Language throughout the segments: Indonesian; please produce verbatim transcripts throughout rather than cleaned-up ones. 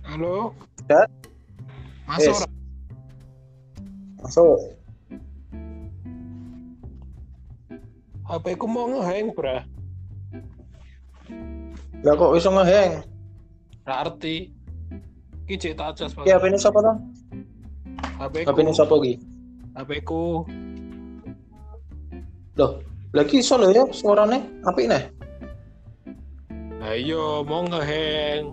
Halo, Dan masuk yes, orang. masuk. H P ku mau ngehang, bra. Lah kok iso ngehang? Berarti iki cek tak cas Ki H P paling. ini sapa to? HP H P ini ku, sapa ki? H P ku. Loh, lagi iso lho ya suarane apik neh. Ayo, mau ngehang.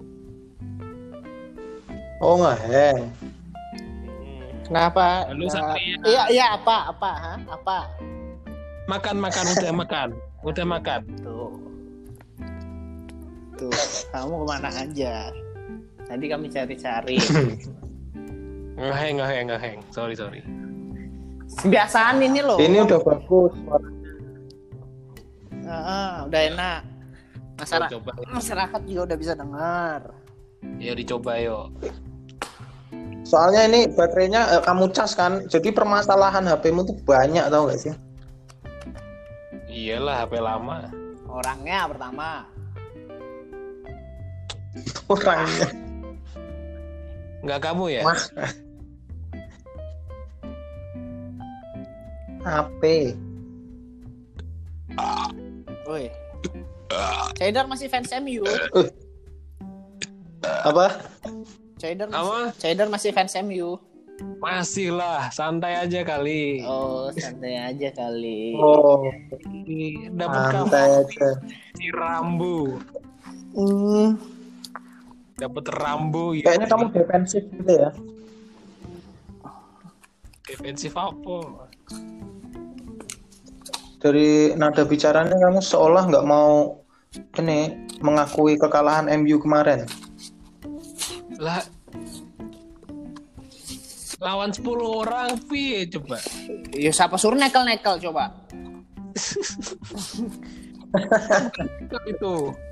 Oh, ngehang. Kenapa? Halo, Nah, Satria. iya, iya apa, apa, ha? Apa? Makan, makan, udah makan. Udah makan. Tuh. Tuh, kamu kemana aja? Tadi kami cari-cari. Ngehang, ngehang, ngehang. Sorry, sorry. Kebiasaan ini loh. Ini udah bagus suaranya. Heeh, udah enak. Masyarakat, Coba. masyarakat juga udah bisa dengar. Ya dicoba yuk. Soalnya ini baterainya eh, kamu cas kan. Jadi permasalahan H P-mu tuh banyak tau gak sih? Iyalah, H P lama. Orangnya pertama. Orangnya. Enggak kamu ya? Mah. H P. Woi. Cedar masih fans M U. Uh. Apa? Cedar Apa? masih, Cedar masih fans M U. Masih lah, santai aja kali. Oh, santai aja kali. Oh, Dapat kamu santai aja. si Rambo. Hmm, Dapat Rambo ya. kayaknya kamu defensif gitu ya. Defensif apa? Dari nada bicaranya kamu seolah nggak mau ini mengakui kekalahan M U kemarin. Lah lawan sepuluh orang pi coba. Ya siapa suruh nekel-nekel coba. Itu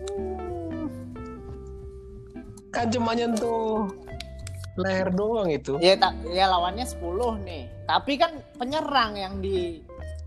kan cuma nyentuh leher doang itu. Ya tak ya lawannya sepuluh nih. Tapi kan penyerang yang di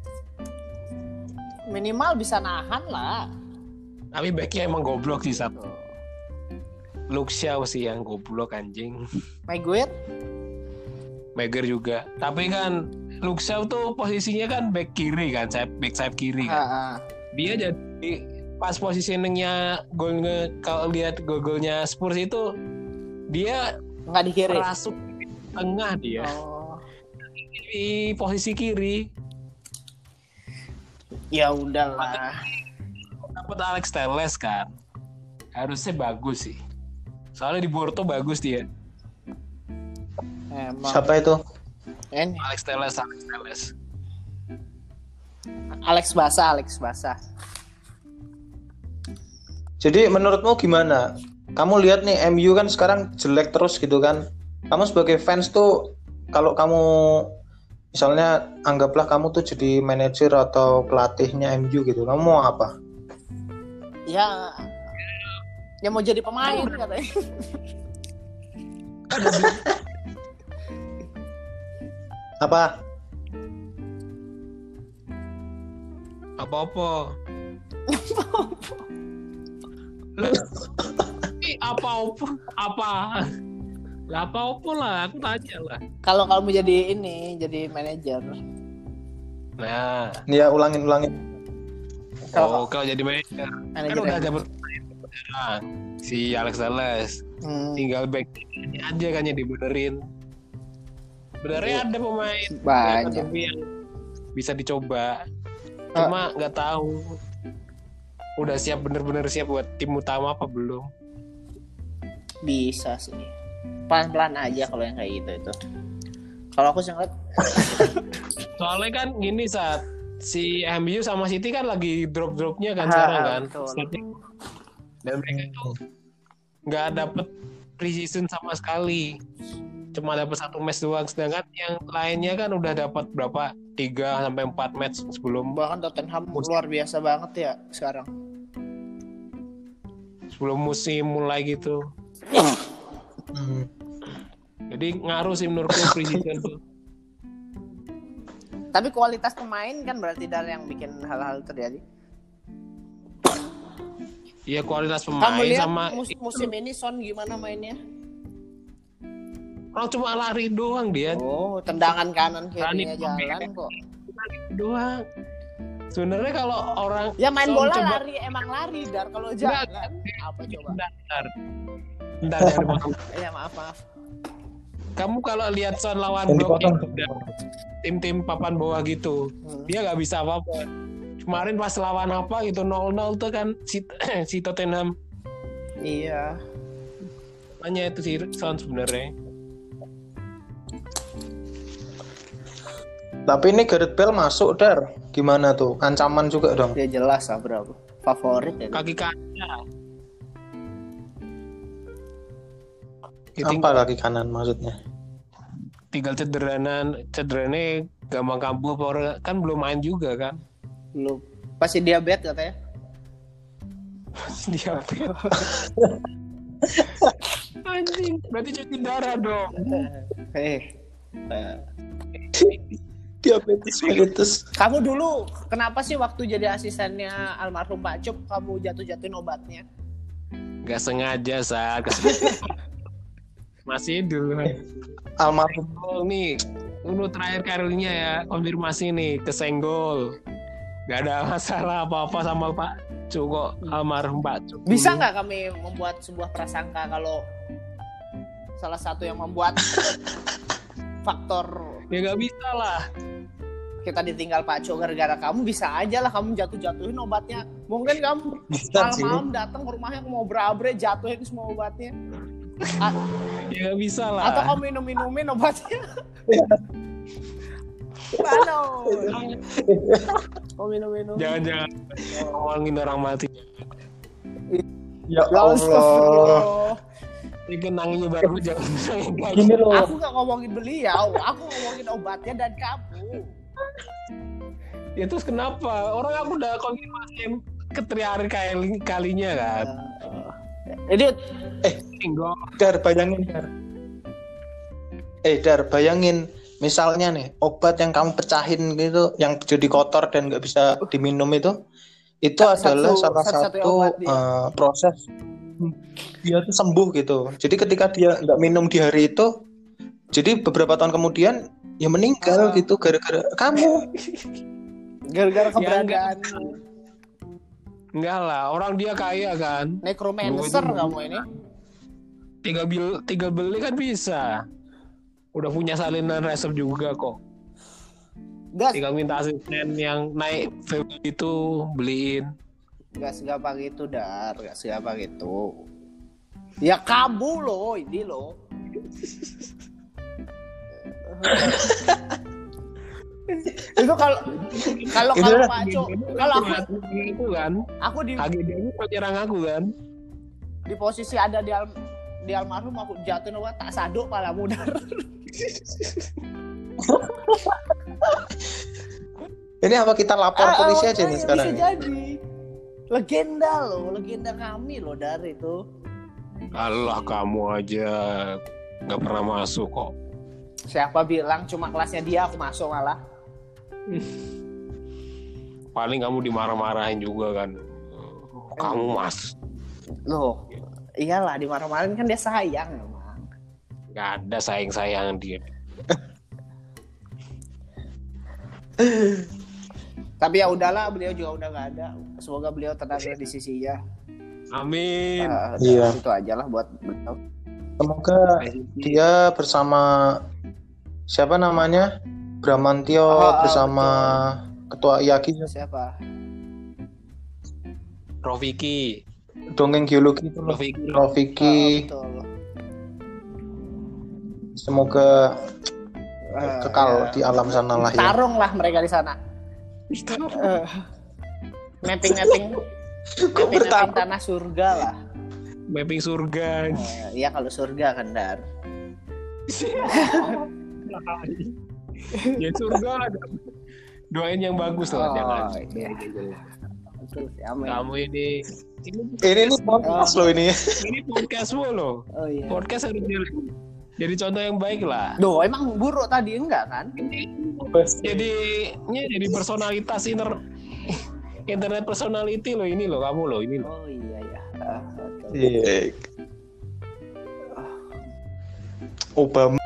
minimal bisa nahan lah. Tapi backnya emang goblok sih Sab. Luke Shaw sih yang goblok anjing. Maguire Mager juga. Tapi kan Luke Shaw tuh posisinya kan back kiri kan, sayap back sayap kiri kan. ha, Dia jadi pas positioningnya golnya kalau lihat gol-golnya Spurs itu dia nggak di kiri. merasuk di tengah dia. Oh. Di posisi kiri. Ya udahlah. Dapat Alex Telles kan. Harusnya bagus sih. Soalnya di Porto bagus dia. Emang. Siapa itu? Ini Alex Telles, Alex Telles. Alex Basa, Alex Basa. Jadi menurutmu gimana? Kamu lihat nih M U kan sekarang jelek terus gitu kan. Kamu sebagai fans tuh kalau kamu misalnya anggaplah kamu tuh jadi manajer atau pelatihnya M U gitu. Kamu mau apa? Ya ya mau jadi pemain katanya. Apa? Apa-apa. Lah, ini apa-apa? Apa? Lah apa-apa lah, aku tanya lah. Kalau kamu jadi ini, jadi manajer. Nah, Ya ulangin ulangin. Kalau oh kalau jadi manajer kan manajer udah yang- dapat sekarang si Alex Telles. Hmm, Tinggal back aja kan yang dibenerin. Sebenarnya ada pemain banyak. akademi yang bisa dicoba. Cuma nggak tahu udah siap bener-bener siap buat tim utama apa belum. Bisa sih. Pelan-pelan aja kalau yang kayak gitu itu. Kalau aku sih ngeliat Soalnya kan gini saat si M U sama City kan lagi drop-dropnya kan Ah, sekarang kan. betul. Dan mereka tuh nggak dapet preseason sama sekali. Cuma dapat satu match doang, sedangkan yang lainnya kan udah dapat berapa tiga sampai empat match sebelum bahkan Tottenham luar biasa banget ya sekarang. sebelum musim mulai gitu. Hmm. Jadi ngaruh sih menurutku preseason tuh. Tapi kualitas pemain kan berarti dari yang bikin hal-hal terjadi. Iya kualitas Kamu pemain lihat sama mus- musim ini Son gimana mainnya? Orang cuma lari doang dia. Oh, tendangan kanan Berani kirinya jalan kok. lari doang. Sebenarnya kalau orang Ya main Son bola coba- lari emang lari dar kalau Enggak, jalan apa coba? Bentar, bentar. Bentar, jangan dipotong. Ya maaf maaf. Kamu kalau lihat Son lawan Yang blok dipotong. udah tim-tim papan bawah gitu, Hmm. dia nggak bisa apa-apa. Kemarin pas lawan apa gitu nol nol tuh kan si, si Tottenham, Iya. hanya itu si Son sebenarnya. Tapi ini Gareth Bale masuk Dar. Gimana tuh? Ancaman juga dong. Dia jelas lah berapa. Favorit ya. Kaki kanannya. Ya, Apa tinggal, lagi kanan maksudnya? tinggal cederanan, cederanya gampang kambuh, Por- kan belum main juga kan? Belum. Pasti diabetes katanya. Dia anjing, berarti cuci darah dong. Eh. eh. Diabetes mellitus. Kamu dulu kenapa sih waktu jadi asistennya almarhum Pak Cup kamu jatuh-jatuhin obatnya? Gak sengaja saat masih dulu. Almarhum. Oh nih, untuk terakhir kalinya ya konfirmasi nih kesenggol. Gak ada masalah apa-apa sama Pak Cuk kok, almarhum Pak Cuk. Bisa nggak kami membuat sebuah prasangka kalau salah satu yang membuat faktor Ya gak bisa lah. kita ditinggal Pak Cuk gara-gara kamu? Bisa aja lah kamu jatuh-jatuhin obatnya. Mungkin kamu Bisa sih. malam-malam datang ke rumahnya mau berabre jatuhin semua obatnya. A- Ya gak bisa lah. atau kamu minum-minumin obatnya. Mana? Kamu minum-minum. Jangan-jangan ngomongin orang mati. Ya Ya Allah. astagfirullah. Ini kenanginnya baru jangan nangis kayak Gini loh. Aku nggak ngomongin beliau, aku ngomongin obatnya dan kamu. Ya terus kenapa? Orang aku udah konfirmasi ketriari kali kalinya kan. Jadi Enggak. Dar, bayangin Dar. Eh Dar, bayangin misalnya nih obat yang kamu pecahin gitu, yang jadi kotor dan nggak bisa diminum itu, itu Satu- adalah salah satu-satunya satu obat dia. eh, proses dia tuh sembuh gitu. Jadi ketika dia nggak minum di hari itu, jadi beberapa tahun kemudian ya meninggal Ah. gitu gara-gara kamu. gara-gara Ya, keberadaan Enggak lah, orang dia kaya kan. necromancer Gua itu- kamu ini. Tinggal bil, tinggal beli kan bisa. Udah punya salinan resep juga kok. Gas, Tinggal minta asisten yang naik vape itu beliin. gas segampang itu dar, gas segampang itu. Ya kamu loh, ini loh. itu kalau kalau Itu kalau lah. Pak Cuk, kalau aku itu kan, aku di H G D itu penyerang aku kan. di posisi ada di al, di almarhum aku jatuhin obat tak saduk palamu dar. Ini apa kita lapor polisi Ah, aja nih makanya sekarang? Bisa jadi. Legenda loh, legenda kami loh dari itu. Allah kamu aja nggak pernah masuk kok. Siapa bilang cuma kelasnya dia aku masuk malah. Paling kamu dimarah-marahin juga kan. Kamu mas, Loh, iyalah dimarah-marahin kan dia sayang emang. nggak ada sayang-sayang dia. Tapi ya udahlah, beliau juga udah nggak ada. Semoga beliau tenang di sisinya. Amin. Uh, Iya. Itu aja lah buat beliau. Semoga dia bersama siapa namanya Bramantio Oh, bersama ketua I A K I Siapa? Rofiki, dongeng geologi itu loh. Rofiki. Rofiki, Oh, betul. semoga Uh, kekal ya. di alam sana lah ya. Tarung lah mereka di sana. Uh, mapping-mapping mapping-mapping bertarung? tanah surga lah. Mapping surga. Uh, Iya kalau surga kan dar. Ya surga ada. Doain yang bagus lah, Oh, jangan. iya. Betul sih, amin. Kamu ini ini Ini nih podcast loh ini. ini podcastmu loh. Oh iya. Podcast harus jadi, jadi contoh yang baik lah. Duh, emang buruk tadi enggak kan? Jadi ini jadi personalitas inter internet personality loh ini loh kamu loh ini loh. Oh iya ya. Ah, betul. Iya. Obama